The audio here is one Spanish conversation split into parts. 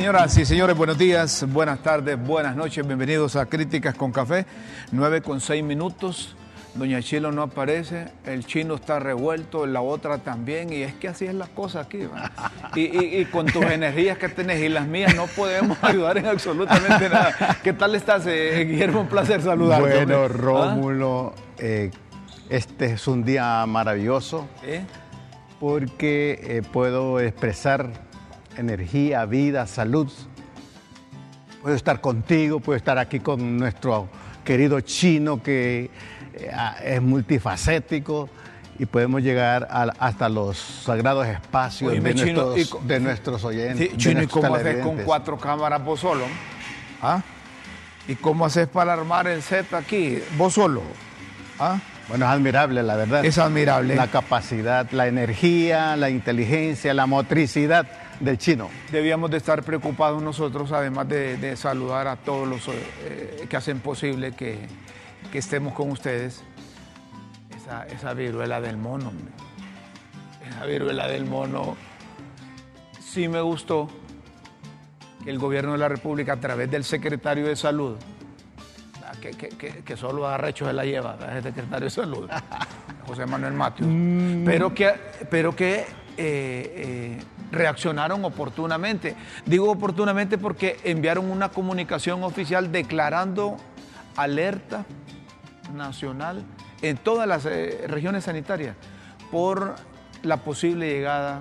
Señoras y señores, buenos días, buenas tardes, buenas noches, bienvenidos a Críticas con Café, 9:06. Doña Chilo no aparece, el chino está revuelto, la otra también, y es que así es la cosa aquí, ¿va? Y con tus energías que tenés y las mías no podemos ayudar en absolutamente nada. ¿Qué tal estás, Guillermo? Un placer saludarte. Bueno, Rómulo, este es un día maravilloso porque puedo expresar energía, vida, salud. Puedo estar contigo, puedo estar aquí con nuestro querido chino que es multifacético y podemos llegar hasta los sagrados espacios de nuestros oyentes. Sí, chino, ¿y cómo haces con 4 cámaras vos solo? ¿Ah? ¿Y cómo haces para armar el set aquí vos solo? ¿Ah? Bueno, es admirable, la verdad. Es admirable. La capacidad, la energía, la inteligencia, la motricidad del chino. Debíamos de estar preocupados nosotros, además de saludar a todos los que hacen posible que estemos con ustedes. Esa viruela del mono, hombre. Esa viruela del mono. Sí me gustó que el gobierno de la República, a través del secretario de Salud, que solo arrecho se la lleva, es el secretario de Salud, José Manuel Matios, pero que reaccionaron oportunamente. Digo oportunamente porque enviaron una comunicación oficial declarando alerta nacional en todas las regiones sanitarias por la posible llegada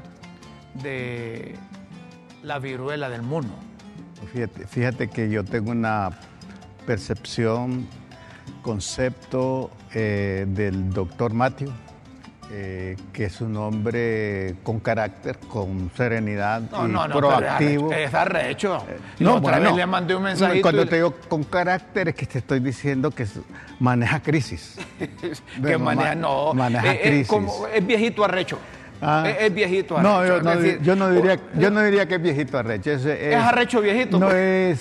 de la viruela del mono. Fíjate que yo tengo una percepción, concepto del doctor Matthew, que es un hombre con carácter, con serenidad proactivo. Es arrecho. Otra vez le mandé un mensajito. Cuando te digo con carácter es que te estoy diciendo que maneja crisis. Maneja crisis. Es viejito arrecho. Es viejito arrecho. No, yo no diría que es viejito arrecho. Es arrecho viejito. No es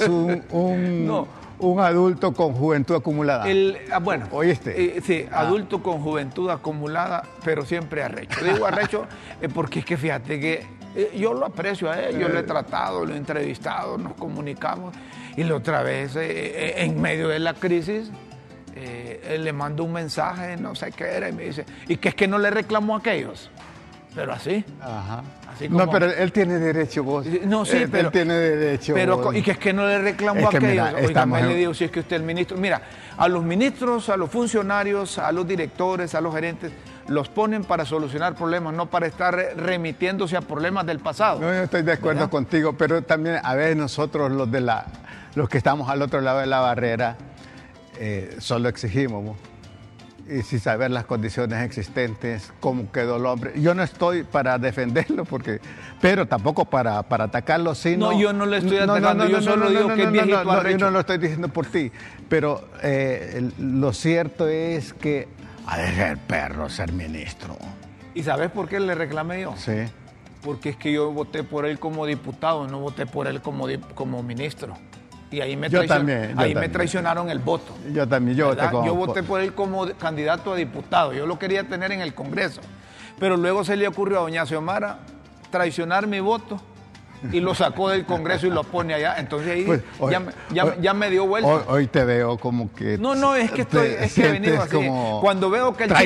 un adulto con juventud acumulada. Bueno, ¿oíste? Sí, adulto con juventud acumulada, pero siempre arrecho. Digo arrecho porque es que fíjate que yo lo aprecio a él, yo lo he tratado, lo he entrevistado, nos comunicamos, y la otra vez, en medio de la crisis, él le mando un mensaje, no sé qué era, y me dice, ¿y qué es que no le reclamó a aquellos? Pero así. Ajá. Así como, no, pero él tiene derecho, vos. No, sí, él tiene derecho. Pero, ¿y que es que no le reclamó a aquellos? Oiga, me le digo, si es que usted es el ministro. Mira, a los ministros, a los funcionarios, a los directores, a los gerentes, los ponen para solucionar problemas, no para estar remitiéndose a problemas del pasado. No, yo estoy de acuerdo, ¿verdad?, contigo, pero también a veces nosotros, los que estamos al otro lado de la barrera, solo exigimos, ¿no? Y sin saber las condiciones existentes, cómo quedó el hombre. Yo no estoy para defenderlo, pero tampoco para atacarlo, sino... No, yo no le estoy atacando, yo solo digo que es viejito arrecho. Yo no lo estoy diciendo por ti, pero lo cierto es que ha de ser perro ser ministro. ¿Y sabes por qué le reclamé yo? Sí. Porque es que yo voté por él como diputado, no voté por él como ministro. Y ahí me traicionaron el voto. Yo también, yo voté por él como candidato a diputado. Yo lo quería tener en el Congreso. Pero luego se le ocurrió a doña Xiomara traicionar mi voto y lo sacó del Congreso y lo pone allá. Entonces ahí pues, ya me dio vuelta. Hoy te veo como que... No, es que he venido así. Cuando veo que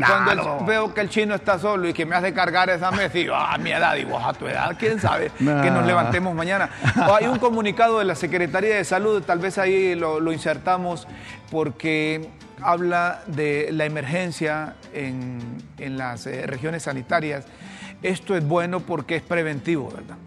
el chino está solo y que me hace cargar esa mesa, digo, a mi edad, digo, a tu edad, quién sabe, que nos levantemos mañana. Hay un comunicado de la Secretaría de Salud, tal vez ahí lo insertamos, porque habla de la emergencia en las regiones sanitarias. Esto es bueno porque es preventivo, ¿verdad?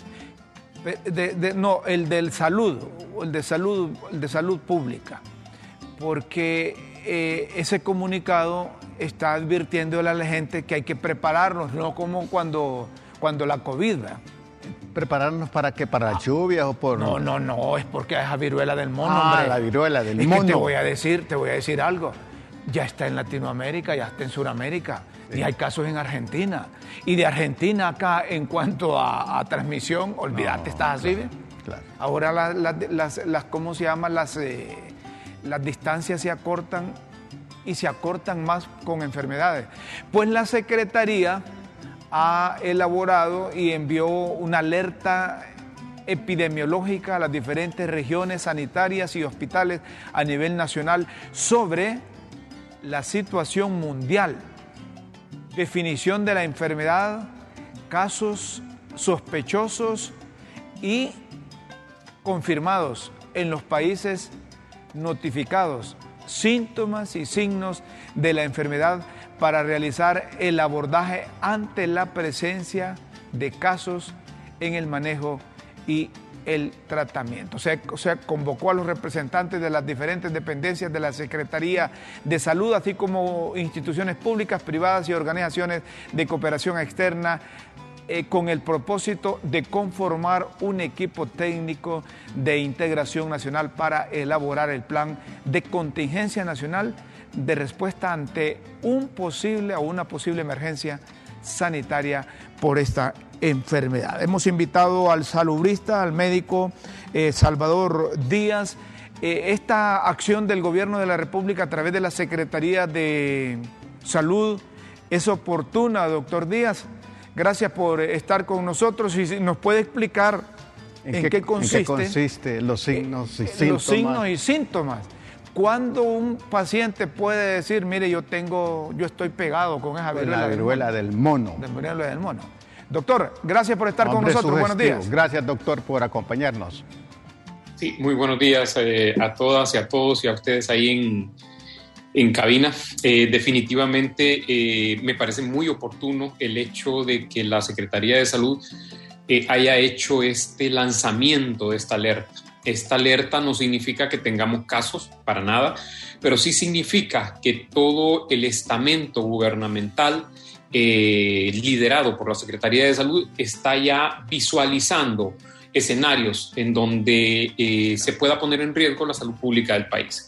El de salud pública, porque ese comunicado está advirtiéndole a la gente que hay que prepararnos, no como cuando la COVID, ¿verdad? ¿Prepararnos para qué? ¿Para las lluvias o por...? No, es porque es la viruela del mono, hombre. La viruela del mono. Es que te voy a decir algo. Ya está en Latinoamérica, ya está en Sudamérica. Sí. Y hay casos en Argentina. Y de Argentina acá, en cuanto a transmisión, olvídate, estás así, ¿ves? Claro. Ahora ¿cómo se llama? Las distancias se acortan y se acortan más con enfermedades. Pues la Secretaría ha elaborado y envió una alerta epidemiológica a las diferentes regiones sanitarias y hospitales a nivel nacional sobre la situación mundial, definición de la enfermedad, casos sospechosos y confirmados en los países notificados, síntomas y signos de la enfermedad para realizar el abordaje ante la presencia de casos en el manejo y el tratamiento. O sea, convocó a los representantes de las diferentes dependencias de la Secretaría de Salud, así como instituciones públicas, privadas y organizaciones de cooperación externa, con el propósito de conformar un equipo técnico de integración nacional para elaborar el plan de contingencia nacional de respuesta ante una posible emergencia sanitaria por esta enfermedad. Hemos invitado al salubrista, al médico Salvador Díaz. Esta acción del Gobierno de la República a través de la Secretaría de Salud es oportuna, doctor Díaz. Gracias por estar con nosotros y nos puede explicar en qué consiste los signos y síntomas. Los signos y síntomas. ¿Cuándo un paciente puede decir, mire, yo estoy pegado con esa viruela del mono? La viruela del mono. Doctor, gracias por estar con nosotros. Buenos días. Gracias, doctor, por acompañarnos. Sí, muy buenos días a todas y a todos y a ustedes ahí en cabina. Definitivamente me parece muy oportuno el hecho de que la Secretaría de Salud haya hecho este lanzamiento de esta alerta. Esta alerta no significa que tengamos casos, para nada, pero sí significa que todo el estamento gubernamental liderado por la Secretaría de Salud está ya visualizando escenarios en donde se pueda poner en riesgo la salud pública del país.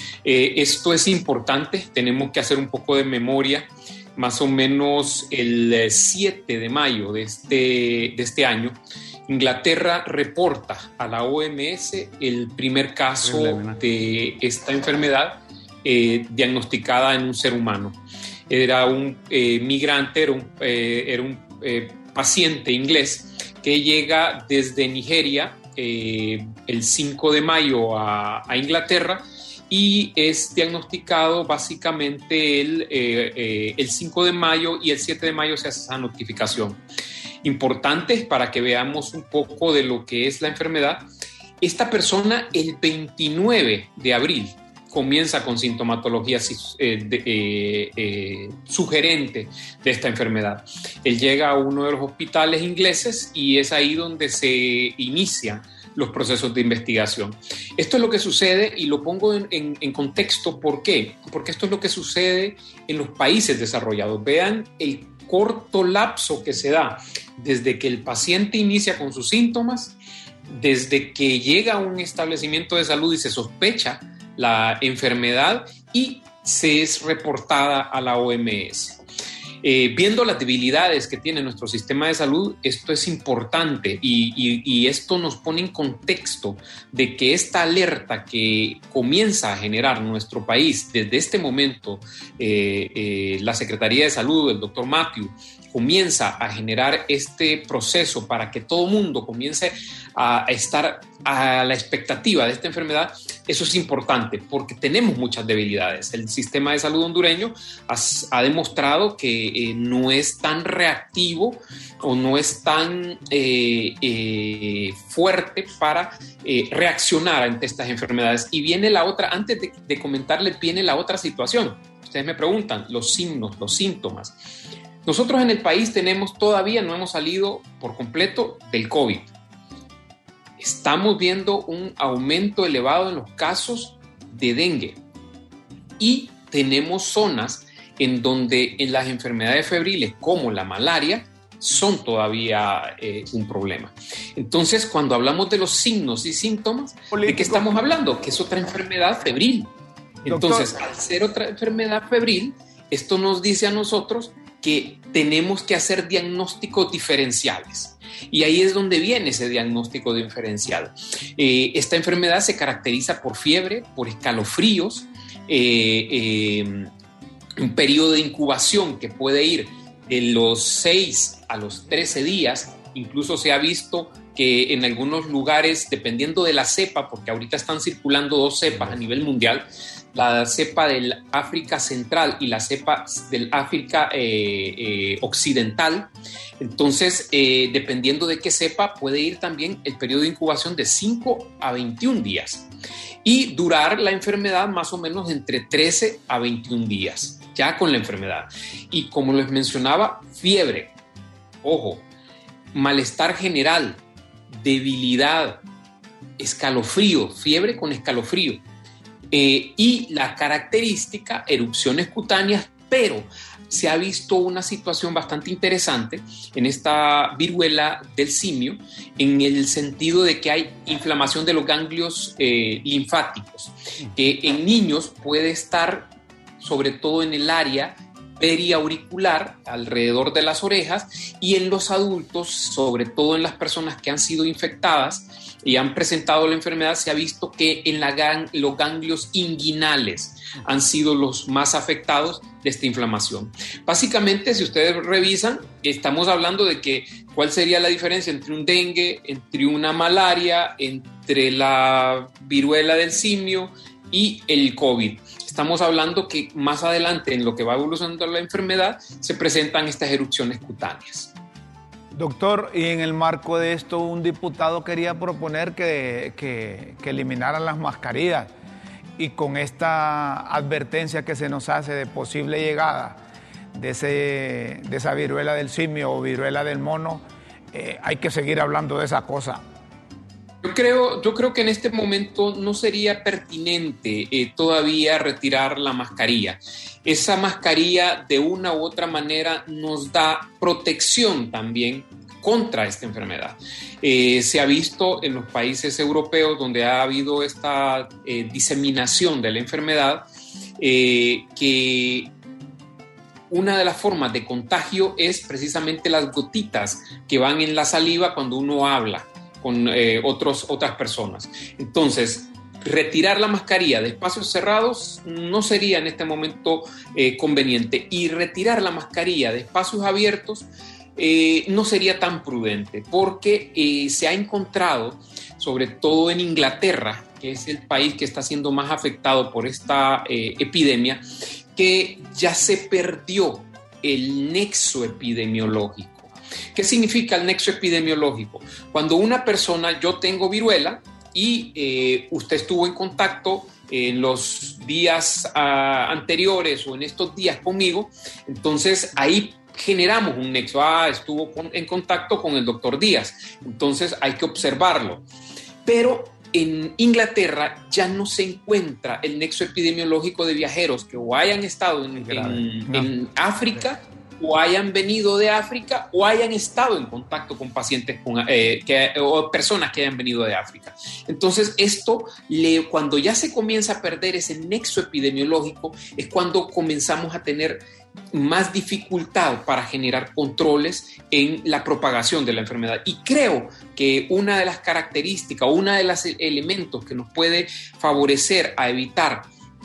Esto es importante, tenemos que hacer un poco de memoria. Más o menos el 7 de mayo de este año, Inglaterra reporta a la OMS el primer caso de esta enfermedad diagnosticada en un ser humano. Era un migrante, era un paciente inglés que llega desde Nigeria el 5 de mayo a Inglaterra y es diagnosticado básicamente el 5 de mayo y el 7 de mayo se hace esa notificación. Importante para que veamos un poco de lo que es la enfermedad. Esta persona el 29 de abril comienza con sintomatología sugerente de esta enfermedad. Él llega a uno de los hospitales ingleses y es ahí donde se inician los procesos de investigación. Esto es lo que sucede y lo pongo en contexto. ¿Por qué? Porque esto es lo que sucede en los países desarrollados. Vean el corto lapso que se da desde que el paciente inicia con sus síntomas, desde que llega a un establecimiento de salud y se sospecha la enfermedad y se es reportada a la OMS. Viendo las debilidades que tiene nuestro sistema de salud, esto es importante y esto nos pone en contexto de que esta alerta que comienza a generar nuestro país desde este momento, la Secretaría de Salud, el doctor Matthew, comienza a generar este proceso para que todo mundo comience a estar a la expectativa de esta enfermedad. Eso es importante porque tenemos muchas debilidades. El sistema de salud hondureño ha demostrado que no es tan reactivo o no es tan fuerte para reaccionar ante estas enfermedades. Y viene la otra, antes de comentarles, viene la otra situación. Ustedes me preguntan, los signos, los síntomas. Nosotros en el país todavía no hemos salido por completo del COVID. Estamos viendo un aumento elevado en los casos de dengue y tenemos zonas en donde en las enfermedades febriles como la malaria son todavía un problema. Entonces, cuando hablamos de los signos y síntomas, ¿de qué estamos hablando? Que es otra enfermedad febril. Entonces, al ser otra enfermedad febril, esto nos dice a nosotros que tenemos que hacer diagnósticos diferenciales. Y ahí es donde viene ese diagnóstico diferencial. Esta enfermedad se caracteriza por fiebre, por escalofríos, un periodo de incubación que puede ir de los 6 a los 13 días. Incluso se ha visto que en algunos lugares, dependiendo de la cepa, porque ahorita están circulando 2 cepas a nivel mundial, la cepa del África Central y la cepa del África Occidental. Entonces, dependiendo de qué cepa, puede ir también el periodo de incubación de 5 a 21 días y durar la enfermedad más o menos entre 13 a 21 días, ya con la enfermedad. Y como les mencionaba, fiebre, ojo, malestar general, debilidad, escalofrío, fiebre con escalofrío. Y la característica, erupciones cutáneas, pero se ha visto una situación bastante interesante en esta viruela del simio, en el sentido de que hay inflamación de los ganglios linfáticos, que en niños puede estar sobre todo en el área periauricular, alrededor de las orejas, y en los adultos, sobre todo en las personas que han sido infectadas y han presentado la enfermedad, se ha visto que en los ganglios inguinales han sido los más afectados de esta inflamación. Básicamente, si ustedes revisan, estamos hablando de que cuál sería la diferencia entre un dengue, entre una malaria, entre la viruela del simio y el COVID. Estamos hablando que más adelante, en lo que va evolucionando la enfermedad, se presentan estas erupciones cutáneas. Doctor, y en el marco de esto, un diputado quería proponer que eliminaran las mascarillas, y con esta advertencia que se nos hace de posible llegada de esa viruela del simio o viruela del mono, hay que seguir hablando de esa cosa. Yo creo que en este momento no sería pertinente todavía retirar la mascarilla. Esa mascarilla de una u otra manera nos da protección también contra esta enfermedad. Se ha visto en los países europeos donde ha habido esta diseminación de la enfermedad que una de las formas de contagio es precisamente las gotitas que van en la saliva cuando uno habla con otras personas. Entonces, retirar la mascarilla de espacios cerrados no sería en este momento conveniente, y retirar la mascarilla de espacios abiertos no sería tan prudente, porque se ha encontrado, sobre todo en Inglaterra, que es el país que está siendo más afectado por esta epidemia, que ya se perdió el nexo epidemiológico. ¿Qué significa el nexo epidemiológico? Cuando una persona, yo tengo viruela y usted estuvo en contacto en los días anteriores o en estos días conmigo, entonces ahí generamos un nexo. Estuvo en contacto con el doctor Díaz, entonces hay que observarlo. Pero en Inglaterra ya no se encuentra el nexo epidemiológico de viajeros que o hayan estado en África, o hayan venido de África, o hayan estado en contacto con pacientes o personas que hayan venido de África. Entonces, cuando ya se comienza a perder ese nexo epidemiológico, es cuando comenzamos a tener más dificultad para generar controles en la propagación de la enfermedad. Y creo que una de las características, uno de los elementos que nos puede favorecer a evitar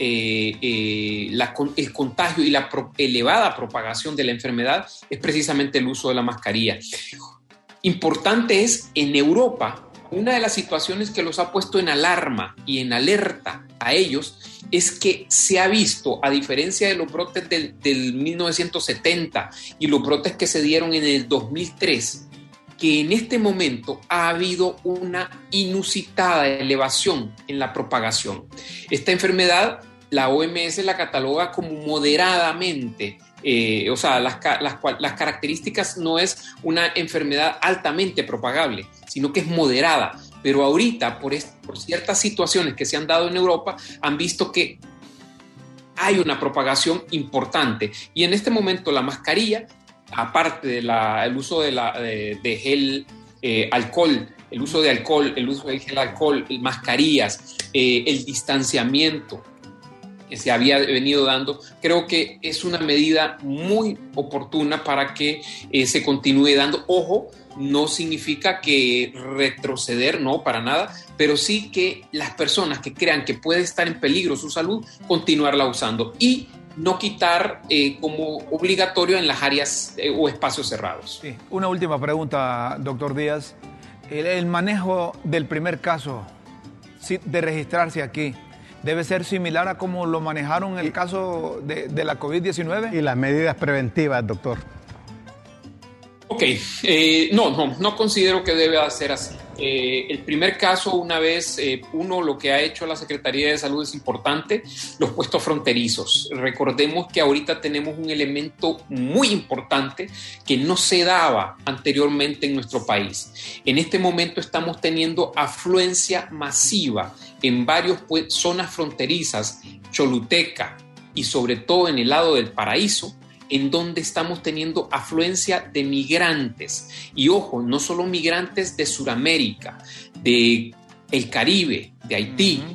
el contagio y la elevada propagación de la enfermedad es precisamente el uso de la mascarilla. Importante es, en Europa, una de las situaciones que los ha puesto en alarma y en alerta a ellos es que se ha visto, a diferencia de los brotes del 1970 y los brotes que se dieron en el 2003, que en este momento ha habido una inusitada elevación en la propagación. Esta enfermedad, la OMS la cataloga como moderadamente, o sea, las características no es una enfermedad altamente propagable, sino que es moderada. Pero ahorita, por ciertas situaciones que se han dado en Europa, han visto que hay una propagación importante. Y en este momento la mascarilla, aparte del uso de gel, alcohol, el uso de alcohol, el uso del gel alcohol, mascarillas, el distanciamiento que se había venido dando, creo que es una medida muy oportuna para que se continúe dando. Ojo, no significa que retroceder, no, para nada, pero sí que las personas que crean que puede estar en peligro su salud, continuarla usando y no quitar como obligatorio en las áreas o espacios cerrados. Sí. Una última pregunta, doctor Díaz. El manejo del primer caso de registrarse aquí debe ser similar a como lo manejaron en el caso de la COVID-19. Y las medidas preventivas, doctor. Ok, no considero que debe ser así. El primer caso, una vez, lo que ha hecho la Secretaría de Salud es importante, los puestos fronterizos. Recordemos que ahorita tenemos un elemento muy importante que no se daba anteriormente en nuestro país. En este momento estamos teniendo afluencia masiva en varias zonas fronterizas, Choluteca y sobre todo en el lado del Paraíso, en donde estamos teniendo afluencia de migrantes. Y ojo, no solo migrantes de Sudamérica, de el Caribe, de Haití,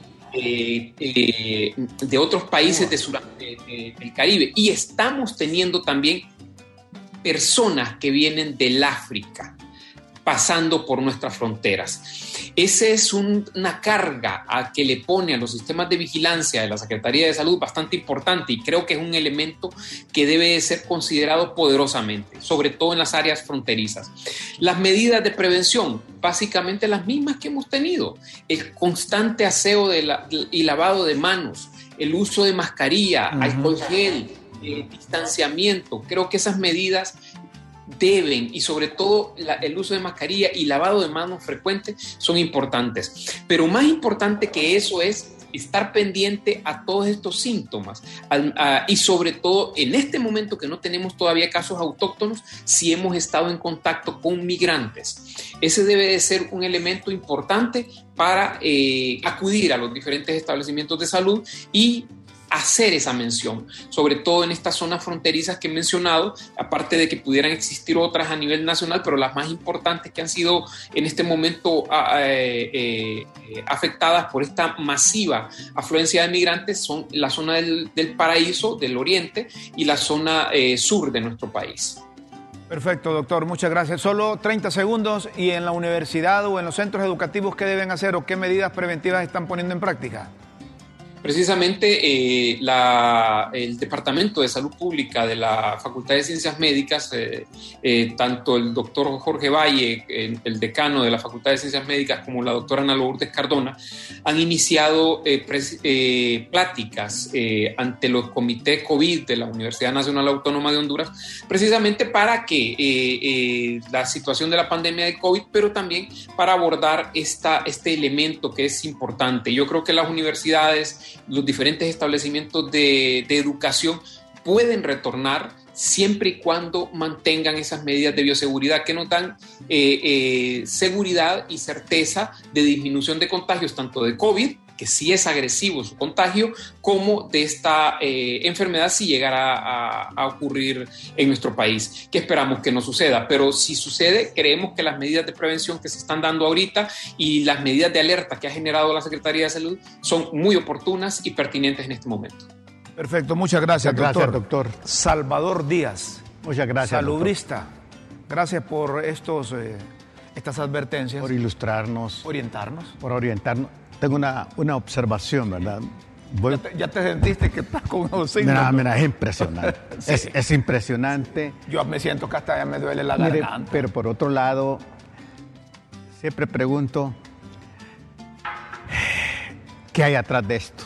de otros países del Caribe. Y estamos teniendo también personas que vienen del África, pasando por nuestras fronteras. Esa es una carga que le pone a los sistemas de vigilancia de la Secretaría de Salud bastante importante, y creo que es un elemento que debe ser considerado poderosamente, sobre todo en las áreas fronterizas. Las medidas de prevención, básicamente las mismas que hemos tenido: el constante aseo y lavado de manos, el uso de mascarilla, alcohol gel, distanciamiento. Creo que esas medidas deben, y sobre todo el uso de mascarilla y lavado de manos frecuente, son importantes. Pero más importante que eso es estar pendiente a todos estos síntomas, y sobre todo en este momento que no tenemos todavía casos autóctonos, si hemos estado en contacto con migrantes. Ese debe de ser un elemento importante para acudir a los diferentes establecimientos de salud y hacer esa mención, sobre todo en estas zonas fronterizas que he mencionado, aparte de que pudieran existir otras a nivel nacional, pero las más importantes que han sido en este momento afectadas por esta masiva afluencia de migrantes son la zona del Paraíso, del Oriente, y la zona sur de nuestro país. Perfecto, doctor, muchas gracias. Solo 30 segundos, y en la universidad o en los centros educativos, ¿qué deben hacer o qué medidas preventivas están poniendo en práctica? Precisamente el Departamento de Salud Pública de la Facultad de Ciencias Médicas, tanto el doctor Jorge Valle, el decano de la Facultad de Ciencias Médicas, como la doctora Ana Lourdes Cardona, han iniciado pláticas ante los comités COVID de la Universidad Nacional Autónoma de Honduras, precisamente para que la situación de la pandemia de COVID, pero también para abordar este elemento que es importante. Yo creo que las universidades, los diferentes establecimientos de educación pueden retornar siempre y cuando mantengan esas medidas de bioseguridad que nos dan seguridad y certeza de disminución de contagios, tanto de COVID, que sí es agresivo su contagio, como de esta enfermedad si llegara a ocurrir en nuestro país, que esperamos que no suceda. Pero si sucede, creemos que las medidas de prevención que se están dando ahorita y las medidas de alerta que ha generado la Secretaría de Salud son muy oportunas y pertinentes en este momento. Perfecto, muchas gracias, doctor. Salvador Díaz. Muchas gracias, salubrista. Doctor. Gracias por estas advertencias. Por ilustrarnos. Por orientarnos. Tengo una observación, ¿verdad? ¿Ya te sentiste que estás con un signo? Mira, es impresionante. Sí. Es impresionante. Yo me siento que hasta ya me duele la garganta. Pero por otro lado, siempre pregunto, ¿qué hay atrás de esto?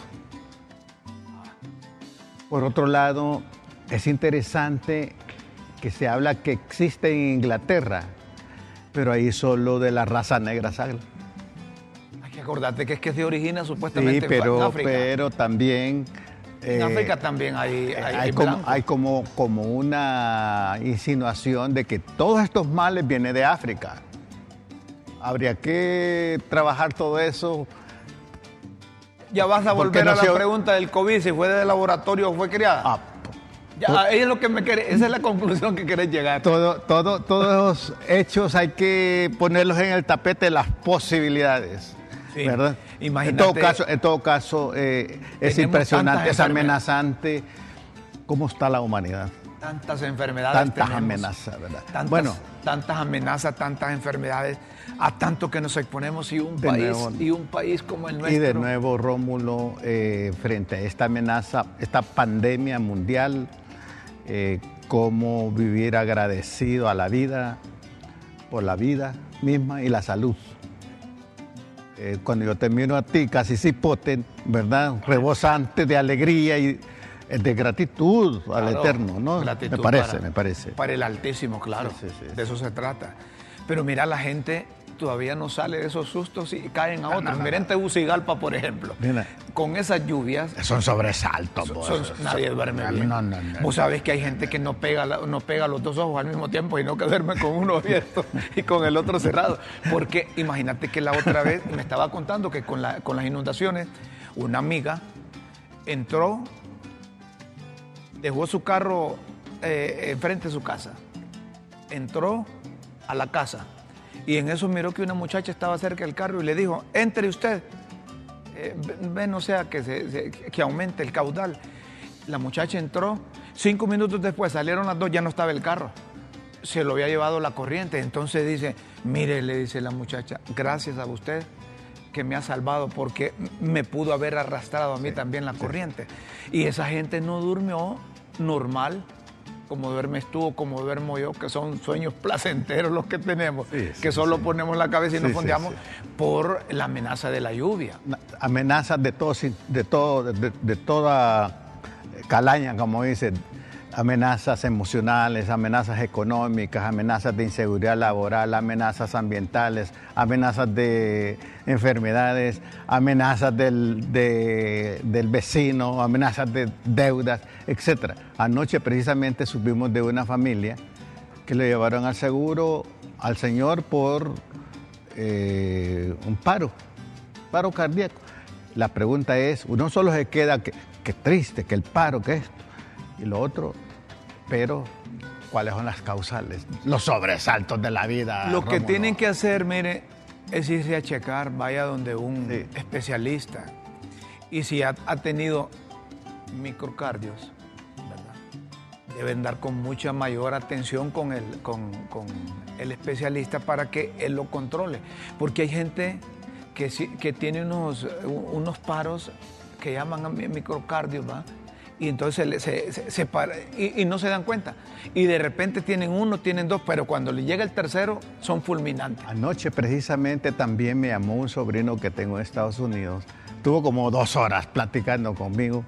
Por otro lado, es interesante que se habla que existe en Inglaterra, pero ahí solo de la raza negra sale. Acordate que se origina supuestamente en África. Pero también en África también hay como una insinuación de que todos estos males vienen de África. Habría que trabajar todo eso. Ya vas a volver a la pregunta del COVID, si fue de laboratorio o fue criada. Es lo que esa es la conclusión que querés llegar. Todos los hechos hay que ponerlos en el tapete de las posibilidades. Sí, ¿verdad? Imagínate, en todo caso es impresionante, es amenazante cómo está la humanidad. Tantas enfermedades. Tantas amenazas, ¿verdad? Tantas amenazas, tantas enfermedades, a tanto que nos exponemos, y un país como el nuestro. Y de nuevo, Rómulo, frente a esta amenaza, esta pandemia mundial, cómo vivir agradecido a la vida, por la vida misma y la salud. Cuando yo te miro a ti, casi cipote, ¿verdad? Rebosante de alegría y de gratitud al Eterno, ¿no? Gratitud me parece. Para el Altísimo, claro. Sí. De eso se trata. Pero mira, la gente todavía no sale de esos sustos y caen a otros. Miren Tegucigalpa, por ejemplo. Mira. Con esas lluvias. Son sobresaltos. Nadie duerme bien. No. Vos sabés que hay gente que no pega los dos ojos al mismo tiempo, sino que duerme con uno abierto y con el otro cerrado. Porque imagínate que la otra vez me estaba contando que con las inundaciones, una amiga entró, dejó su carro enfrente de su casa, entró a la casa y en eso miró que una muchacha estaba cerca del carro y le dijo: entre usted, no sea que aumente el caudal. La muchacha entró, 5 minutos después salieron las dos, ya no estaba el carro, se lo había llevado la corriente. Entonces dice: mire, le dice la muchacha, gracias a usted que me ha salvado, porque me pudo haber arrastrado a mí también la corriente. Y esa gente no durmió normal como duermes tú o como duermo yo, que son sueños placenteros los que tenemos, que solo ponemos la cabeza y nos fondeamos por la amenaza de la lluvia. Amenazas de toda calaña, como dicen, amenazas emocionales, amenazas económicas, amenazas de inseguridad laboral, amenazas ambientales, amenazas de enfermedades, amenazas del vecino, amenazas de deudas, etc. Anoche precisamente supimos de una familia que le llevaron al seguro al señor por un paro cardíaco. La pregunta es, uno solo se queda, que triste, que el paro, que esto. Y lo otro, pero ¿cuáles son las causales? Los sobresaltos de la vida. Lo que tienen que hacer, mire, es irse a checar, vaya donde un especialista. Y si ha tenido microcardios, ¿verdad?, deben dar con mucha mayor atención con el especialista para que él lo controle. Porque hay gente que tiene unos paros que llaman microcardios, ¿va? Y entonces se para y no se dan cuenta. Y de repente tienen uno, tienen dos, pero cuando le llega el tercero son fulminantes. Anoche precisamente también me llamó un sobrino que tengo en Estados Unidos. Tuvo como 2 horas platicando conmigo,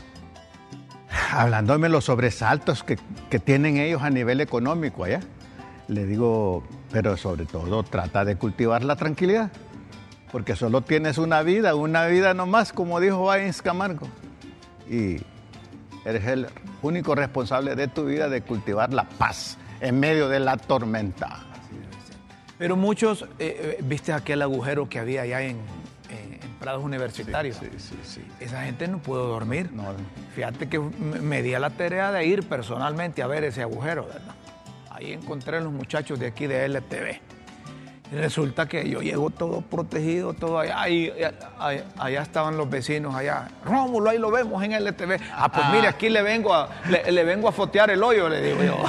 hablándome de los sobresaltos que tienen ellos a nivel económico allá. Le digo, pero sobre todo trata de cultivar la tranquilidad, porque solo tienes una vida nomás, como dijo Valls Camargo. Y eres el único responsable de tu vida de cultivar la paz en medio de la tormenta. Pero muchos, viste aquel agujero que había allá en Prados Universitarios. Sí. Esa gente no pudo dormir. No. Fíjate que me di a la tarea de ir personalmente a ver ese agujero, ¿verdad? Ahí encontré a los muchachos de aquí de LTV. Y resulta que yo llego todo protegido, todo allá, y allá estaban los vecinos, allá. Rómulo, ahí lo vemos en LTV. Pues mire, aquí le vengo a fotear el hoyo, le digo yo.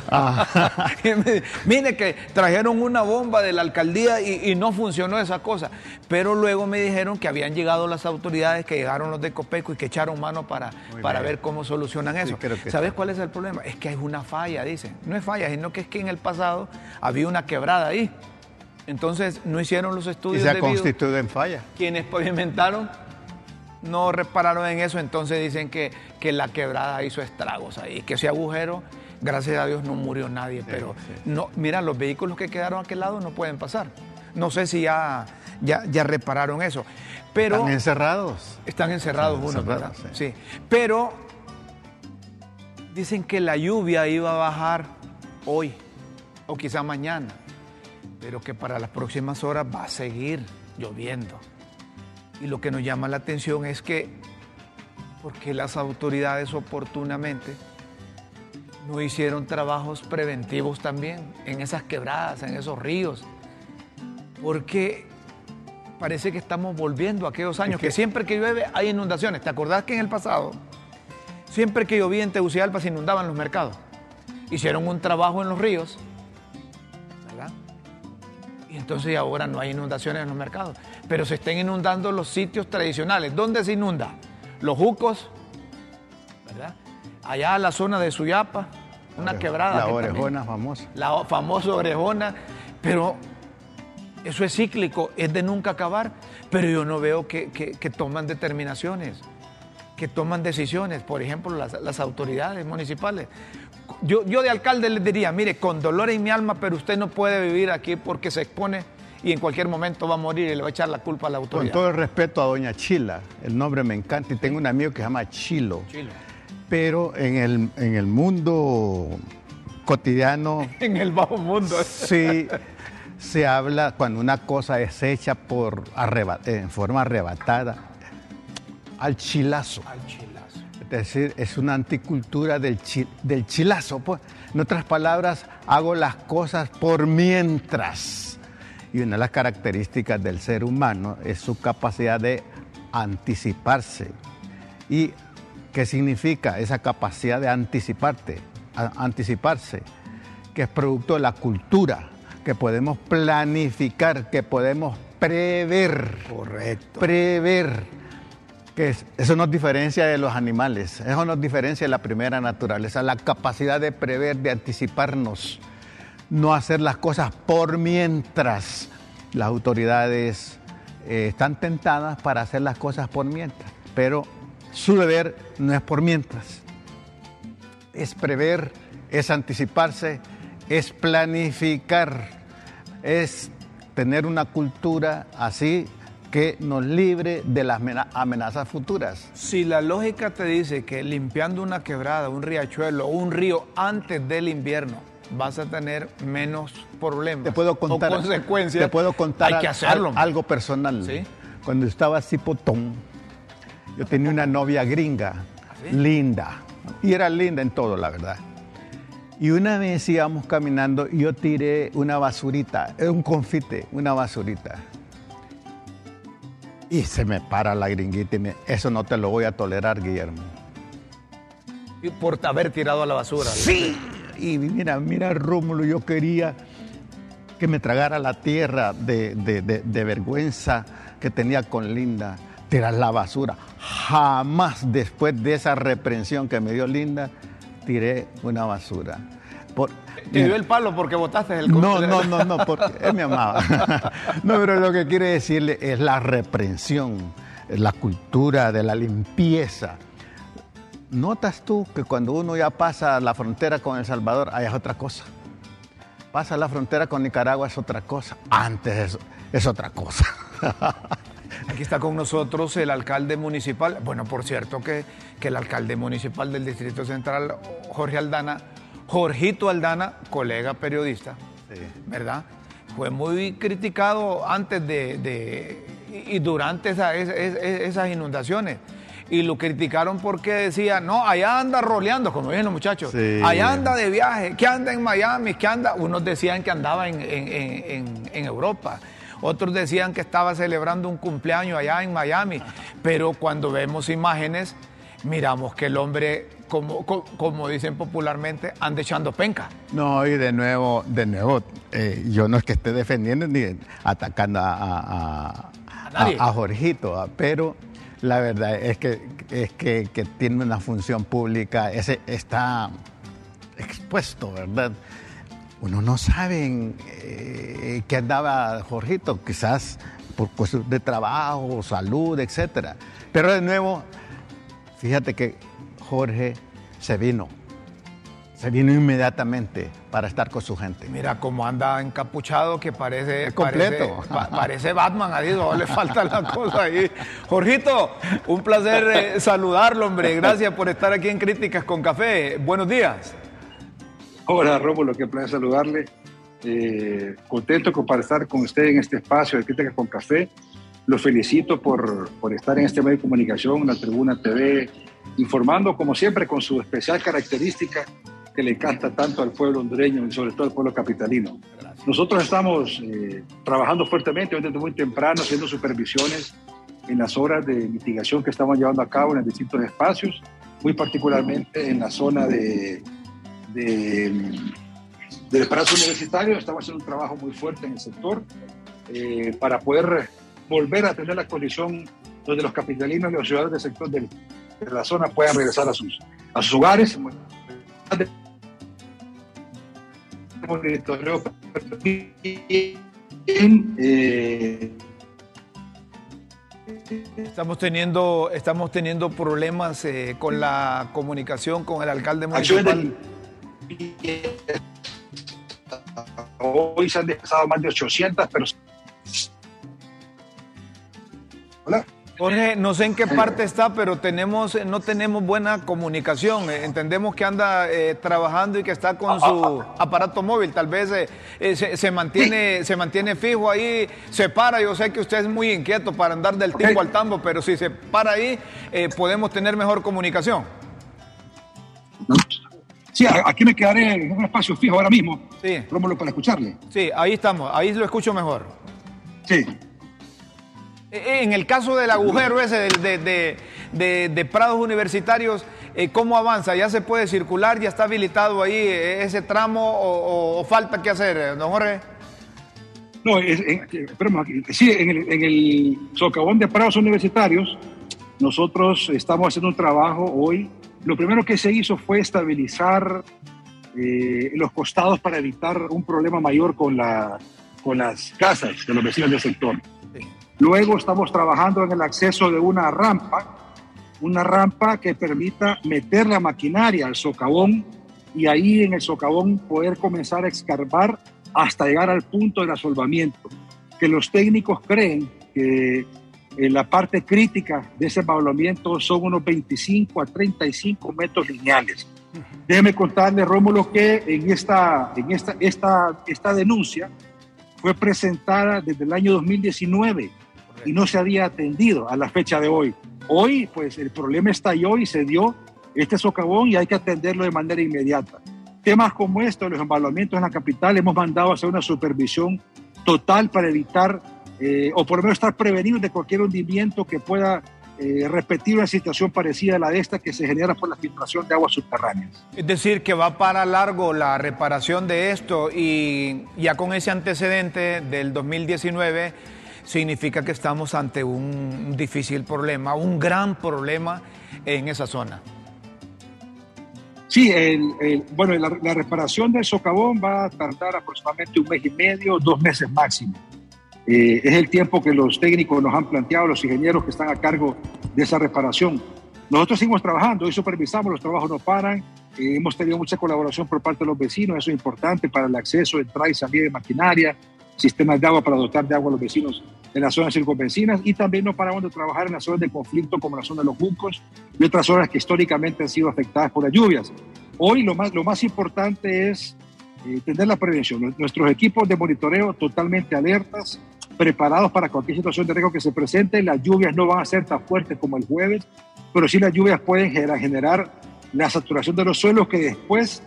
Mire que trajeron una bomba de la alcaldía y no funcionó esa cosa. Pero luego me dijeron que habían llegado las autoridades, que llegaron los de Copeco y que echaron mano para ver cómo solucionan eso. ¿Sabes cuál es el problema? Es que hay una falla, dicen. No es falla, sino que es que en el pasado había una quebrada ahí. Entonces no hicieron los estudios debidos. Y se ha constituido en falla. Quienes pavimentaron no repararon en eso, entonces dicen que la quebrada hizo estragos ahí, que ese agujero, gracias a Dios, no murió nadie, pero no, mira, los vehículos que quedaron a aquel lado no pueden pasar. No sé si ya repararon eso. Pero están encerrados. Están encerrados unos, ¿verdad? Sí. Pero dicen que la lluvia iba a bajar hoy o quizá mañana, pero que para las próximas horas va a seguir lloviendo. Y lo que nos llama la atención es que, porque las autoridades oportunamente no hicieron trabajos preventivos también en esas quebradas, en esos ríos, porque parece que estamos volviendo a aquellos años, que siempre que llueve hay inundaciones. ¿Te acordás que en el pasado, siempre que llovía en Tegucigalpa se inundaban los mercados? Hicieron un trabajo en los ríos, y entonces ahora no hay inundaciones en los mercados, pero se están inundando los sitios tradicionales. ¿Dónde se inunda? Los Jucos, ¿verdad? Allá en la zona de Suyapa, una quebrada. La Orejona famosa. La famosa Orejona. pero eso es cíclico, es de nunca acabar, pero yo no veo que toman determinaciones, que toman decisiones, por ejemplo, las autoridades municipales. Yo de alcalde les diría, mire, con dolor en mi alma, pero usted no puede vivir aquí porque se expone y en cualquier momento va a morir y le va a echar la culpa a la autoridad. Con todo el respeto a doña Chila, el nombre me encanta y tengo un amigo que se llama Chilo. Pero en el mundo cotidiano... En el bajo mundo. Sí, se habla cuando una cosa es hecha en forma arrebatada, al chilazo. Al chilazo. Es decir, es una anticultura del chilazo. Pues. En otras palabras, hago las cosas por mientras. Y una de las características del ser humano es su capacidad de anticiparse. ¿Y qué significa esa capacidad de anticiparse? Que es producto de la cultura, que podemos planificar, que podemos prever. Correcto. Prever. Eso nos diferencia de los animales, eso nos diferencia de la primera naturaleza, la capacidad de prever, de anticiparnos, no hacer las cosas por mientras. Las autoridades están tentadas para hacer las cosas por mientras, pero su deber no es por mientras, es prever, es anticiparse, es planificar, es tener una cultura así que nos libre de las amenazas futuras. Si la lógica te dice que limpiando una quebrada, un riachuelo o un río antes del invierno vas a tener menos problemas o consecuencias, te puedo contar hay que hacerlo, algo personal. ¿Sí? Cuando estaba así potón, yo tenía una novia gringa, ¿sí? Linda, y era linda en todo, la verdad. Y una vez íbamos caminando y yo tiré una basurita, un confite, una basurita. Y se me para la gringuita y eso no te lo voy a tolerar, Guillermo. Y por haber tirado a la basura. Sí. Y mira, Rómulo, yo quería que me tragara la tierra de vergüenza que tenía con Linda. Tirar la basura. Jamás después de esa reprensión que me dio Linda, tiré una basura. ¿Te dio el palo porque botaste el No, porque él me amaba. No, pero lo que quiere decirle es la reprensión, la cultura de la limpieza. ¿Notas tú que cuando uno ya pasa la frontera con El Salvador, ahí es otra cosa? Pasa la frontera con Nicaragua, es otra cosa. Antes es otra cosa. Aquí está con nosotros el alcalde municipal. Bueno, por cierto que el alcalde municipal del Distrito Central, Jorgito Aldana, colega periodista, sí, ¿verdad? Fue muy criticado antes y durante esas inundaciones. Y lo criticaron porque decía, no, allá anda roleando, como dicen los muchachos, sí, allá anda de viaje, que anda en Miami, que anda, unos decían que andaba en Europa, otros decían que estaba celebrando un cumpleaños allá en Miami, pero cuando vemos imágenes, miramos que el hombre, como dicen popularmente, anda echando penca. No, y de nuevo, yo no es que esté defendiendo ni atacando a Jorgito, pero la verdad es que tiene una función pública, está expuesto, ¿verdad? Uno no sabe qué andaba Jorgito, quizás por cuestiones de trabajo, salud, etcétera. Pero de nuevo, fíjate que Jorge se vino inmediatamente para estar con su gente. Mira cómo anda encapuchado, que parece completo. Parece Batman, ahí no le falta la cosa ahí. Jorgito, un placer saludarlo, hombre. Gracias por estar aquí en Críticas con Café. Buenos días. Hola, Rómulo, qué placer saludarle. Contento para estar con usted en este espacio de Críticas con Café. Lo felicito por estar en este medio de comunicación, la Tribuna TV, informando como siempre con su especial característica que le encanta tanto al pueblo hondureño y sobre todo al pueblo capitalino. Gracias. Nosotros estamos trabajando fuertemente desde muy temprano, haciendo supervisiones en las horas de mitigación que estamos llevando a cabo en los distintos espacios, muy particularmente en la zona del Palacio Universitario. Estamos haciendo un trabajo muy fuerte en el sector para poder volver a tener la condición donde los capitalinos y los ciudadanos del sector de la zona puedan regresar a sus hogares. monitoreo Estamos teniendo problemas con la comunicación con el alcalde municipal. Hoy se han desplazado más de 800 personas. Hola. Jorge, no sé en qué parte está, pero no tenemos buena comunicación. Entendemos que anda trabajando y que está con su aparato móvil. Tal vez se mantiene fijo ahí, se para. Yo sé que usted es muy inquieto para andar del timbo al tambo, pero si se para ahí, podemos tener mejor comunicación. Sí, aquí me quedaré en un espacio fijo ahora mismo. Sí. Rómulo, para escucharle. Sí, ahí estamos. Ahí lo escucho mejor. Sí. En el caso del agujero ese de Prados Universitarios, ¿cómo avanza? ¿Ya se puede circular? ¿Ya está habilitado ahí ese tramo o falta qué hacer, don Jorge? No, sí, en el socavón de Prados Universitarios, nosotros estamos haciendo un trabajo hoy. Lo primero que se hizo fue estabilizar los costados para evitar un problema mayor con las casas de los vecinos del sector. Sí. Luego estamos trabajando en el acceso de una rampa que permita meter la maquinaria al socavón y ahí en el socavón poder comenzar a escarbar hasta llegar al punto del asolvamiento, que los técnicos creen que la parte crítica de ese embablamiento son unos 25 a 35 metros lineales. Déjeme contarle, Rómulo, que en esta denuncia fue presentada desde el año 2019 y no se había atendido a la fecha de hoy. Hoy, pues, el problema estalló y se dio este socavón y hay que atenderlo de manera inmediata. Temas como estos, los embablamientos en la capital, hemos mandado a hacer una supervisión total para evitar o por lo menos estar prevenidos de cualquier hundimiento que pueda repetir una situación parecida a la de esta que se genera por la filtración de aguas subterráneas. Es decir, que va para largo la reparación de esto y ya con ese antecedente del 2019 significa que estamos ante un difícil problema, un gran problema en esa zona. Sí, bueno, la reparación del socavón va a tardar aproximadamente 1 mes y medio, 2 meses máximo. Es el tiempo que los técnicos nos han planteado, los ingenieros que están a cargo de esa reparación. Nosotros seguimos trabajando, hoy supervisamos, los trabajos no paran, hemos tenido mucha colaboración por parte de los vecinos, eso es importante para el acceso, entrada y salida de maquinaria, sistemas de agua para dotar de agua a los vecinos en las zonas circunvecinas y también no paramos de trabajar en las zonas de conflicto como la zona de los Juncos y otras zonas que históricamente han sido afectadas por las lluvias. Hoy lo más importante es tener la prevención. Nuestros equipos de monitoreo totalmente alertas, preparados para cualquier situación de riesgo que se presente. Las lluvias no van a ser tan fuertes como el jueves, pero sí las lluvias pueden generar la saturación de los suelos que después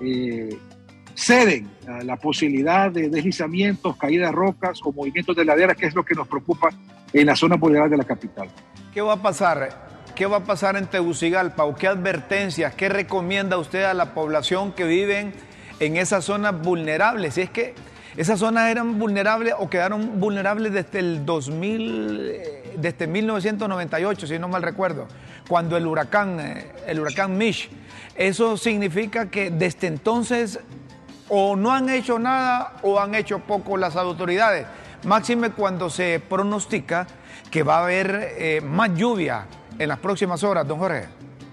ceden a la posibilidad de deslizamientos, caídas de rocas o movimientos de laderas, que es lo que nos preocupa en la zona vulnerable de la capital. ¿Qué va a pasar? ¿Qué va a pasar en Tegucigalpa? ¿O qué advertencias, qué recomienda usted a la población que viven en esas zonas vulnerables? Si es que esas zonas eran vulnerables o quedaron vulnerables desde desde 1998, si no mal recuerdo, cuando el huracán Mitch. Eso significa que desde entonces o no han hecho nada o han hecho poco las autoridades. Máxime cuando se pronostica que va a haber más lluvia en las próximas horas, don Jorge.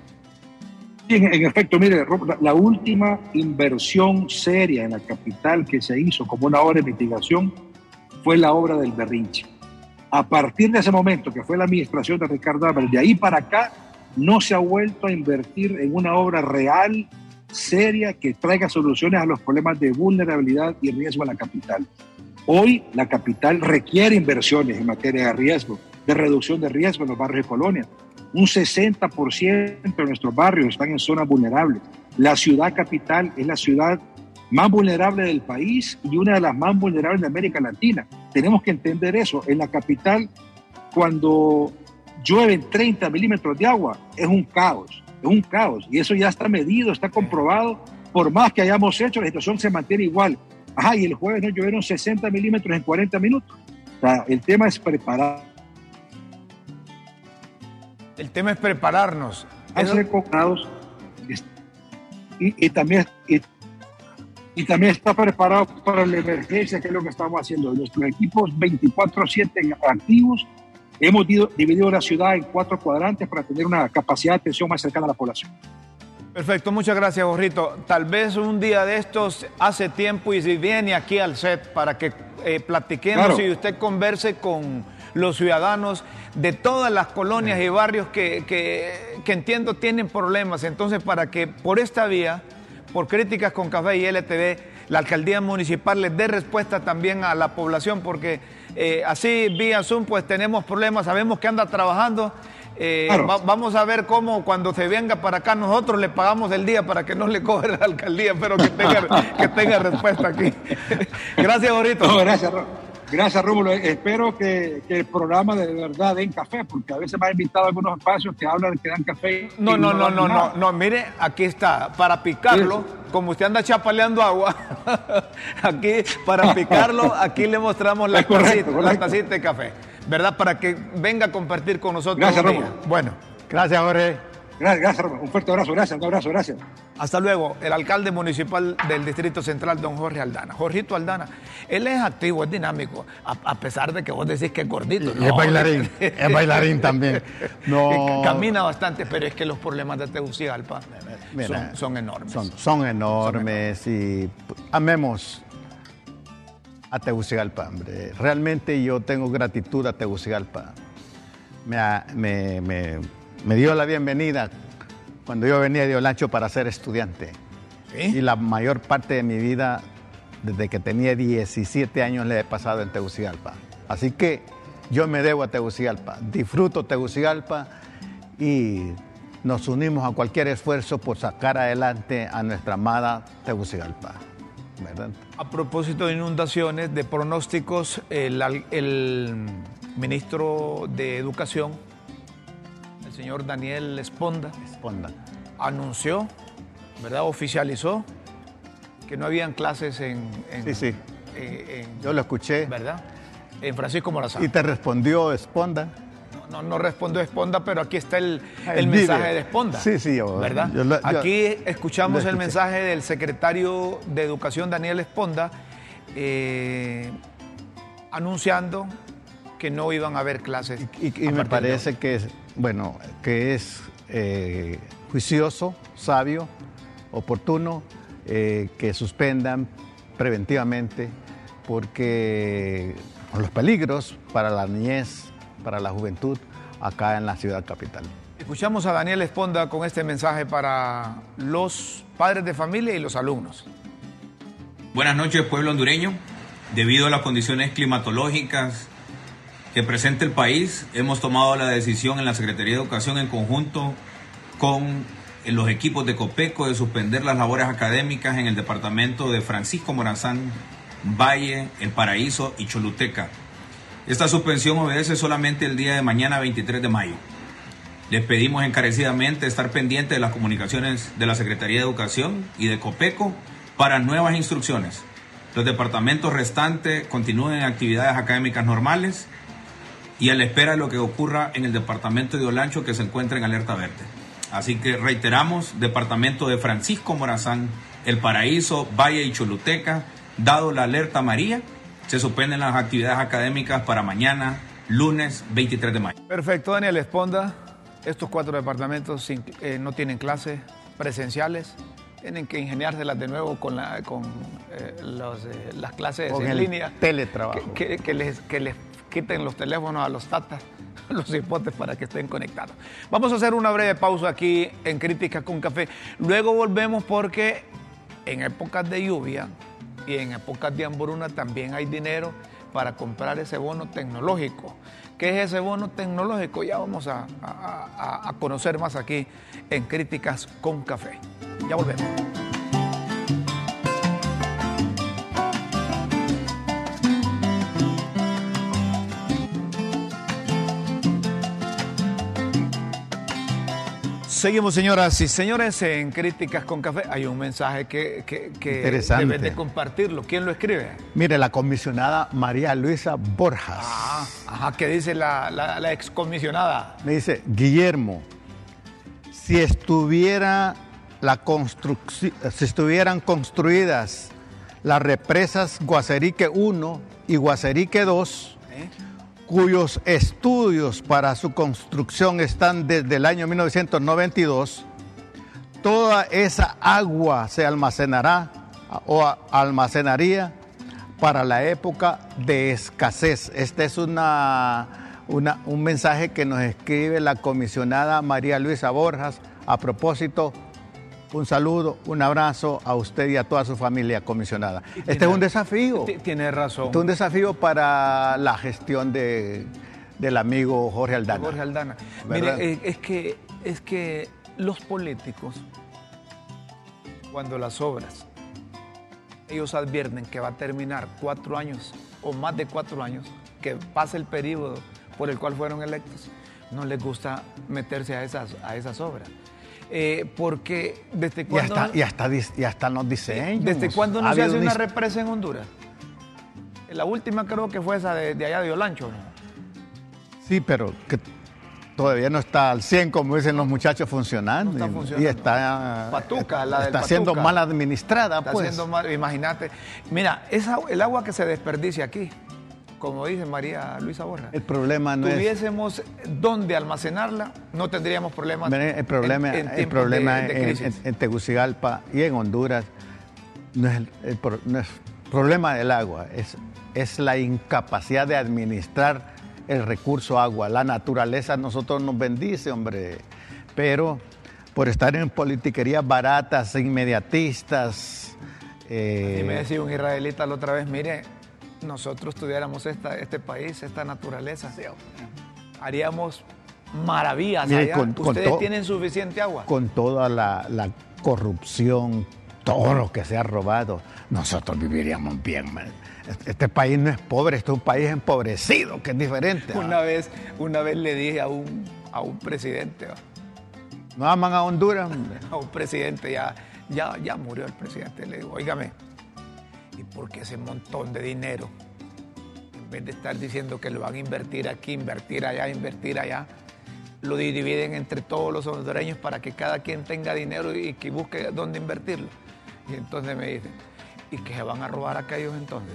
Sí, en efecto, mire, la última inversión seria en la capital que se hizo como una obra de mitigación fue la obra del Berrinche. A partir de ese momento, que fue la administración de Ricardo Álvarez, de ahí para acá no se ha vuelto a invertir en una obra real, seria, que traiga soluciones a los problemas de vulnerabilidad y riesgo en la capital. Hoy la capital requiere inversiones en materia de riesgo, de reducción de riesgo en los barrios de colonia. Un 60% de nuestros barrios están en zonas vulnerables. La ciudad capital es la ciudad más vulnerable del país y una de las más vulnerables de América Latina. Tenemos que entender eso. En la capital, cuando llueven 30 milímetros de agua, es un caos. Y eso ya está medido, está comprobado. Por más que hayamos hecho, la situación se mantiene igual. Y el jueves no llovieron 60 milímetros en 40 minutos. O sea, el tema es preparar. El tema es prepararnos. Y también y también está preparado para la emergencia, que es lo que estamos haciendo. Nuestros equipos 24/7 activos. Hemos dividido la ciudad en 4 cuadrantes para tener una capacidad de atención más cercana a la población. Perfecto, muchas gracias, Jorrito. Tal vez un día de estos hace tiempo y si viene aquí al set para que platiquemos, claro, y usted converse con los ciudadanos de todas las colonias y barrios que entiendo tienen problemas. Entonces, para que por esta vía, por Críticas con Café y LTV, la alcaldía municipal les dé respuesta también a la población, porque así vía Zoom pues tenemos problemas, sabemos que anda trabajando. Claro. Vamos a ver cómo cuando se venga para acá nosotros le pagamos el día para que no le cobre la alcaldía, pero que tenga respuesta aquí. Gracias, Jorrito. No, gracias, Rómulo. Espero que el programa de verdad den café, porque a veces me han invitado a algunos espacios que hablan de que dan café. No, mire, aquí está, para picarlo, como usted anda chapaleando agua, aquí, para picarlo, aquí le mostramos la tacita de café, ¿verdad? Para que venga a compartir con nosotros. Gracias, Rómulo. Bueno. Gracias, Jorge. Gracias, Rómulo. Un fuerte abrazo, gracias. Hasta luego, el alcalde municipal del Distrito Central, don Jorge Aldana. Jorgito Aldana, él es activo, es dinámico, a pesar de que vos decís que es gordito. No, es bailarín también. No. Camina bastante, pero es que los problemas de Tegucigalpa son enormes. Son enormes y amemos a Tegucigalpa, hombre. Realmente yo tengo gratitud a Tegucigalpa. Me dio la bienvenida cuando yo venía de Olancho para ser estudiante. ¿Sí? Y la mayor parte de mi vida, desde que tenía 17 años, le he pasado en Tegucigalpa. Así que yo me debo a Tegucigalpa, disfruto Tegucigalpa y nos unimos a cualquier esfuerzo por sacar adelante a nuestra amada Tegucigalpa, ¿verdad? A propósito de inundaciones, de pronósticos, el ministro de Educación, el señor Daniel Esponda, anunció, ¿verdad? Oficializó que no habían clases Sí. Yo lo escuché. ¿Verdad? En Francisco Morazán. ¿Y te respondió Esponda? No respondió Esponda, pero aquí está el mensaje de Esponda. Sí, ¿verdad? Aquí escuchamos el mensaje del secretario de Educación, Daniel Esponda, anunciando que no iban a haber clases. Y me parece que es juicioso, sabio, oportuno, que suspendan preventivamente, porque con los peligros para la niñez, para la juventud, acá en la ciudad capital. Escuchamos a Daniel Esponda con este mensaje para los padres de familia y los alumnos. Buenas noches, pueblo hondureño. Debido a las condiciones climatológicas que presenta el país, hemos tomado la decisión en la Secretaría de Educación, en conjunto con los equipos de Copeco, de suspender las labores académicas en el departamento de Francisco Morazán, Valle, El Paraíso y Choluteca. Esta suspensión obedece solamente el día de mañana, 23 de mayo. Les pedimos encarecidamente estar pendientes de las comunicaciones de la Secretaría de Educación y de Copeco para nuevas instrucciones. Los departamentos restantes continúen en actividades académicas normales y a la espera de lo que ocurra en el departamento de Olancho, que se encuentra en alerta verde. Así que reiteramos, departamento de Francisco Morazán, El Paraíso, Valle y Choluteca, dado la alerta amarilla, se suspenden las actividades académicas para mañana, lunes 23 de mayo. Perfecto, Daniel Esponda. Estos 4 departamentos no tienen clases presenciales, tienen que ingeniárselas de nuevo con las clases con en línea. Teletrabajo. Que les quiten los teléfonos a los tatas, a los hipotes, para que estén conectados. Vamos a hacer una breve pausa aquí en Críticas con Café. Luego volvemos, porque en épocas de lluvia y en épocas de hambruna también hay dinero para comprar ese bono tecnológico. ¿Qué es ese bono tecnológico? Ya vamos a conocer más aquí en Críticas con Café. Ya volvemos. Seguimos, señoras y señores, en Críticas con Café. Hay un mensaje que debes de compartirlo. ¿Quién lo escribe? Mire, la comisionada María Luisa Borjas. ¿Qué dice la excomisionada? Me dice: Guillermo, si estuvieran construidas las represas Guaserique 1 y Guaserique 2, cuyos estudios para su construcción están desde el año 1992, toda esa agua se almacenará o almacenaría para la época de escasez. Este es un mensaje que nos escribe la comisionada María Luisa Borjas. A propósito, un saludo, un abrazo a usted y a toda su familia, comisionada. Este es un desafío. Tiene razón. Este es un desafío para la gestión del amigo Jorge Aldana. Jorge Aldana. Mire, es que los políticos, cuando las obras, ellos advierten que va a terminar 4 años o más de 4 años, que pase el periodo por el cual fueron electos, no les gusta meterse a esas obras. Porque desde cuando... Y hasta los diseños. ¿Desde cuándo no se hace una represa en Honduras? La última creo que fue esa de allá de Olancho, ¿no? Sí, pero que todavía no está al 100, como dicen los muchachos, funcionando. No está funcionando. Y está... Patuca, la del está siendo Patuca. mal administrada, está pues. Siendo mal, imagínate. Mira, el agua que se desperdicia aquí, como dice María Luisa Borja, el problema no tuviésemos dónde almacenarla, no tendríamos problemas. El problema de crisis. en Tegucigalpa y en Honduras no es el problema del agua, es la incapacidad de administrar el recurso agua. La naturaleza a nosotros nos bendice, hombre, pero por estar en politiquerías baratas, inmediatistas. Y me decía un israelita la otra vez, mire, nosotros tuviéramos este país, esta naturaleza, haríamos maravillas. Mire, allá. Ustedes tienen suficiente agua. Con toda la corrupción, todo lo que se ha robado, nosotros viviríamos bien, man. Este país no es pobre, este es un país empobrecido, que es diferente. Una vez le dije a un presidente, ¿no aman a Honduras? A un presidente, ya murió el presidente, le digo, óigame, ¿y por qué ese montón de dinero? En vez de estar diciendo que lo van a invertir aquí, invertir allá, lo dividen entre todos los hondureños para que cada quien tenga dinero y que busque dónde invertirlo. Y entonces me dice, ¿y que se van a robar aquellos entonces?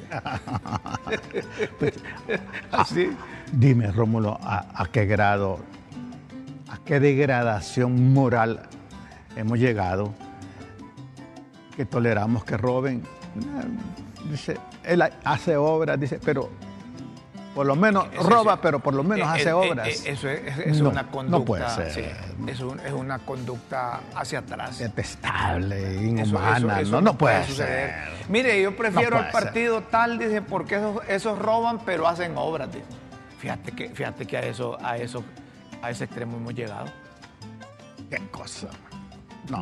Pues, Así. Dime, Rómulo, ¿a qué grado, a qué degradación moral hemos llegado que toleramos que roben? Dice, él hace obras, dice, pero por lo menos roba, pero por lo menos hace obras. Eso es una conducta. No puede ser. Sí, es una conducta hacia atrás. Detestable, inhumana. No puede ser. Mire, yo prefiero al partido tal, dice, porque esos roban, pero hacen obras. Dice. Fíjate que a ese extremo hemos llegado. Qué cosa. No.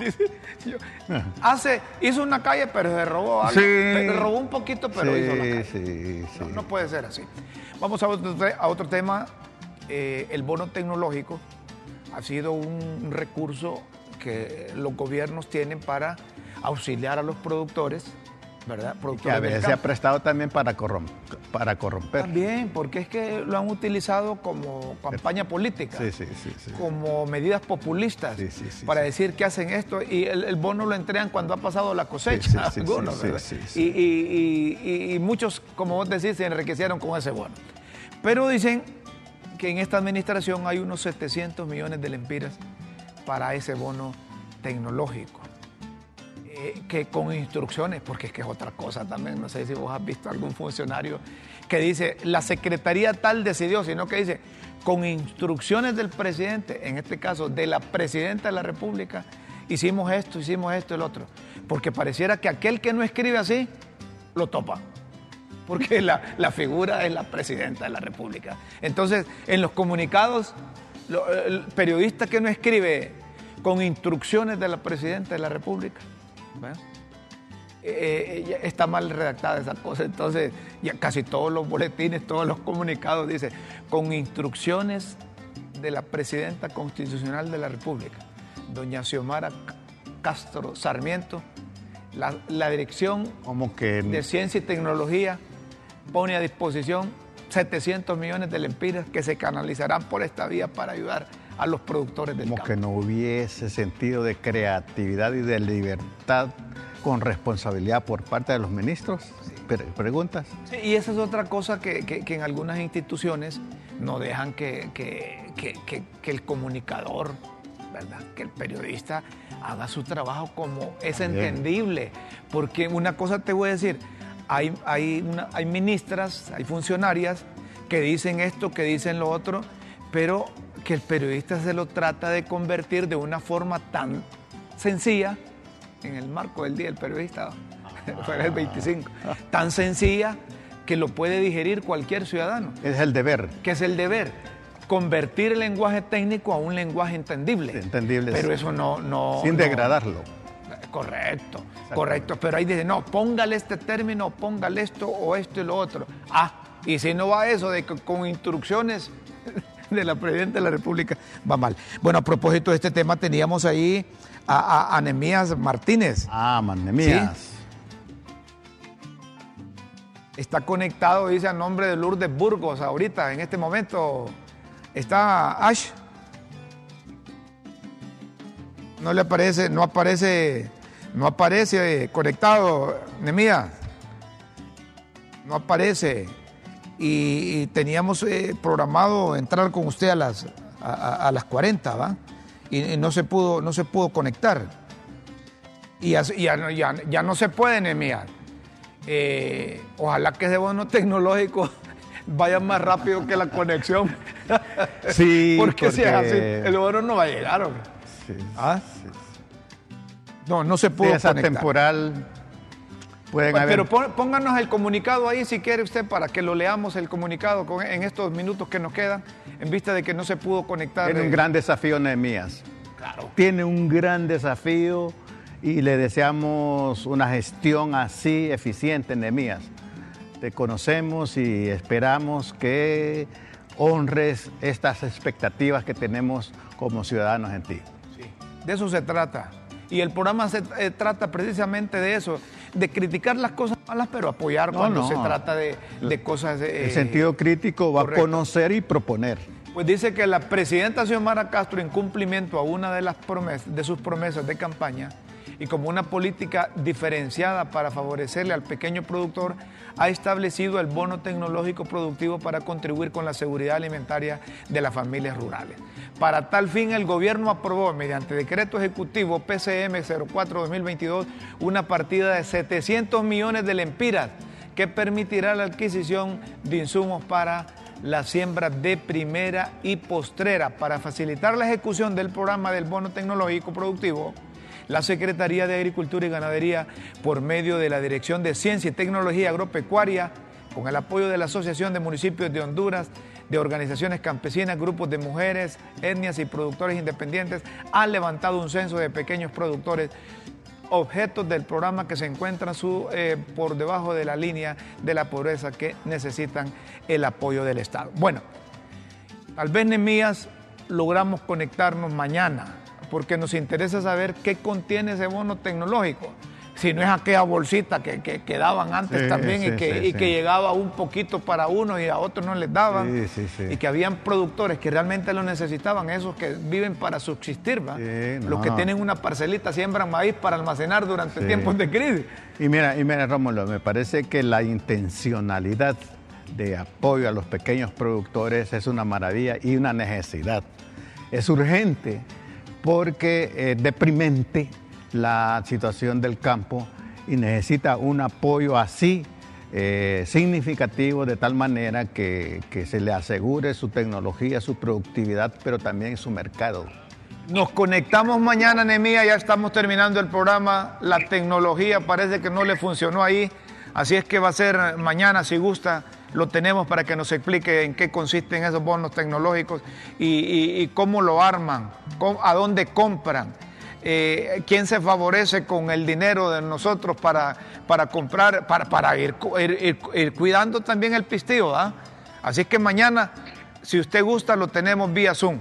Hizo una calle, pero se robó algo. Sí. Robó un poquito, pero hizo la calle. Sí. No puede ser así. Vamos a otro tema. El bono tecnológico ha sido un recurso que los gobiernos tienen para auxiliar a los productores, ¿verdad? Productores que a veces se ha prestado también para corromper. También, porque es que lo han utilizado como campaña política, sí. como medidas populistas, para decir que hacen esto, y el bono lo entregan cuando ha pasado la cosecha, algunos, ¿verdad? Y muchos, como vos decís, se enriquecieron con ese bono. Pero dicen que en esta administración hay unos 700 millones de lempiras para ese bono tecnológico. Que con instrucciones, porque es que es otra cosa también, no sé si vos has visto algún funcionario que dice, la secretaría tal decidió, sino que dice, con instrucciones del presidente, en este caso de la presidenta de la República, hicimos esto, el otro, porque pareciera que aquel que no escribe así, lo topa, porque la figura es la presidenta de la República. Entonces, en los comunicados, el periodista que no escribe con instrucciones de la presidenta de la República, está mal redactada esa cosa. Entonces ya casi todos los boletines, todos los comunicados dicen con instrucciones de la presidenta constitucional de la República, doña Xiomara Castro Sarmiento, la dirección de Ciencia y Tecnología pone a disposición 700 millones de lempiras que se canalizarán por esta vía para ayudar a los productores del campo. Como que no hubiese sentido de creatividad y de libertad con responsabilidad por parte de los ministros. ¿Preguntas? Sí, y esa es otra cosa que en algunas instituciones no dejan que el comunicador, ¿verdad?, que el periodista haga su trabajo como es También entendible. Porque una cosa te voy a decir, hay ministras, hay funcionarias que dicen esto, que dicen lo otro, pero que el periodista se lo trata de convertir de una forma tan sencilla, en el marco del Día del Periodista, fuera el 25, tan sencilla que lo puede digerir cualquier ciudadano. Es el deber. Que es el deber, convertir el lenguaje técnico a un lenguaje entendible. Entendible. Pero eso no... Sin degradarlo. Correcto, correcto. Pero ahí dice, no, póngale este término, póngale esto o esto y lo otro. Y si no va eso de que con instrucciones de la Presidenta de la República, va mal. Bueno, a propósito de este tema, teníamos ahí a Nemías Martínez. Nemías. ¿Sí? Está conectado, dice, a nombre de Lourdes Burgos ahorita, en este momento. ¿Está Ash? No le aparece, no aparece conectado, Nemías. No aparece. Y teníamos programado entrar con usted a las 40, ¿va? Y no se pudo conectar. Y ya no se puede, Nemías. Ojalá que ese bono tecnológico vaya más rápido que la conexión. Sí, porque si es así, el bono no va a llegar, hombre. Sí, ¿Ah? sí. No se pudo esa conectar. Temporal pueden Pero haber... pónganos el comunicado ahí si quiere usted, para que lo leamos el comunicado en estos minutos que nos quedan, en vista de que no se pudo conectar. Tiene un gran desafío, Nemías. Claro. Tiene un gran desafío y le deseamos una gestión así eficiente, Nemías. Te conocemos y esperamos que honres estas expectativas que tenemos como ciudadanos en ti. Sí, de eso se trata. Y el programa se trata precisamente de eso, de criticar las cosas malas, pero apoyar cuando se trata de cosas... el sentido crítico va correcto. a conocer y proponer. Pues dice que la presidenta Xiomara Castro, en cumplimiento a una de sus promesas de campaña y como una política diferenciada para favorecerle al pequeño productor, ha establecido el bono tecnológico productivo para contribuir con la seguridad alimentaria de las familias rurales. Para tal fin, el gobierno aprobó, mediante decreto ejecutivo PCM 04-2022, una partida de 700 millones de lempiras que permitirá la adquisición de insumos para la siembra de primera y postrera. Para facilitar la ejecución del programa del bono tecnológico productivo, la Secretaría de Agricultura y Ganadería, por medio de la Dirección de Ciencia y Tecnología Agropecuaria, con el apoyo de la Asociación de Municipios de Honduras, de organizaciones campesinas, grupos de mujeres, etnias y productores independientes, ha levantado un censo de pequeños productores, objetos del programa que se encuentran por debajo de la línea de la pobreza, que necesitan el apoyo del Estado. Bueno, tal vez, Nemías, logramos conectarnos mañana, porque nos interesa saber qué contiene ese bono tecnológico. Si no es aquella bolsita que daban antes también y que llegaba un poquito para uno y a otros no les daban. Y que habían productores que realmente lo necesitaban, esos que viven para subsistir, ¿va? Los que tienen una parcelita, siembran maíz para almacenar durante tiempos de crisis. Y mira, Rómulo, me parece que la intencionalidad de apoyo a los pequeños productores es una maravilla y una necesidad. Es urgente, porque es deprimente la situación del campo y necesita un apoyo así significativo, de tal manera que se le asegure su tecnología, su productividad, pero también su mercado. Nos conectamos mañana, Nemías, ya estamos terminando el programa. La tecnología parece que no le funcionó ahí, así es que va a ser mañana, si gusta. Lo tenemos para que nos explique en qué consisten esos bonos tecnológicos y cómo lo arman, a dónde compran, quién se favorece con el dinero de nosotros para comprar, para ir cuidando también el pistillo, ¿ah? Así que mañana, si usted gusta, lo tenemos vía Zoom.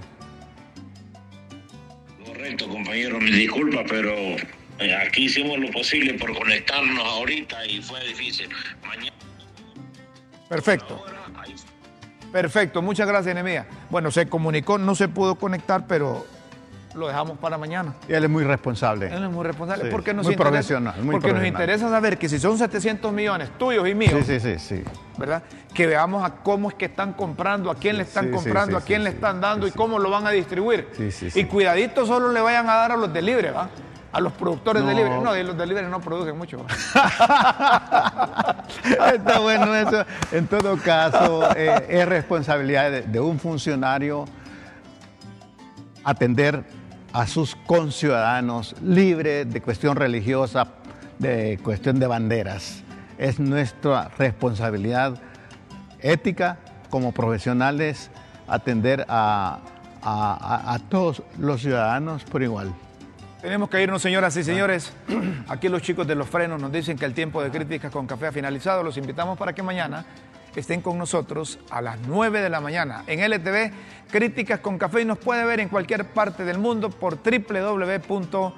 Correcto, compañero, me disculpa, pero aquí hicimos lo posible por conectarnos ahorita y fue difícil. Mañana... Perfecto, muchas gracias, Nemías. Bueno, se comunicó, no se pudo conectar, pero lo dejamos para mañana. Y él es muy responsable. Él es muy responsable. Sí, Porque nos muy interesa, profesional. Muy porque profesional. nos interesa saber que si son 700 millones tuyos y míos, Sí. ¿verdad? Que veamos a cómo es que están comprando, a quién le están comprando, a quién le están dando y cómo lo van a distribuir. Y cuidadito solo le vayan a dar a los de libre, ¿va? A los productores de libre. No, y los de libre no producen mucho. Está bueno eso. En todo caso, es responsabilidad de un funcionario atender a sus conciudadanos libre de cuestión religiosa, de cuestión de banderas. Es nuestra responsabilidad ética como profesionales atender a todos los ciudadanos por igual. Tenemos que irnos, señoras y señores. Aquí los chicos de los frenos nos dicen que el tiempo de Críticas con Café ha finalizado. Los invitamos para que mañana estén con nosotros a las 9 de la mañana en LTV, Críticas con Café, y nos puede ver en cualquier parte del mundo por www.ltv.hn.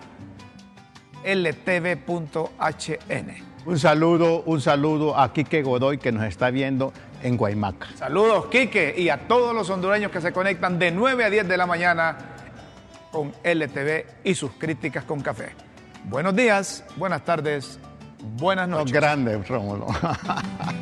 Un saludo a Quique Godoy, que nos está viendo en Guaymaca. Saludos, Quique, y a todos los hondureños que se conectan de 9 a 10 de la mañana con LTV y sus Críticas con Café. Buenos días, buenas tardes, buenas noches. Grande, Rómulo.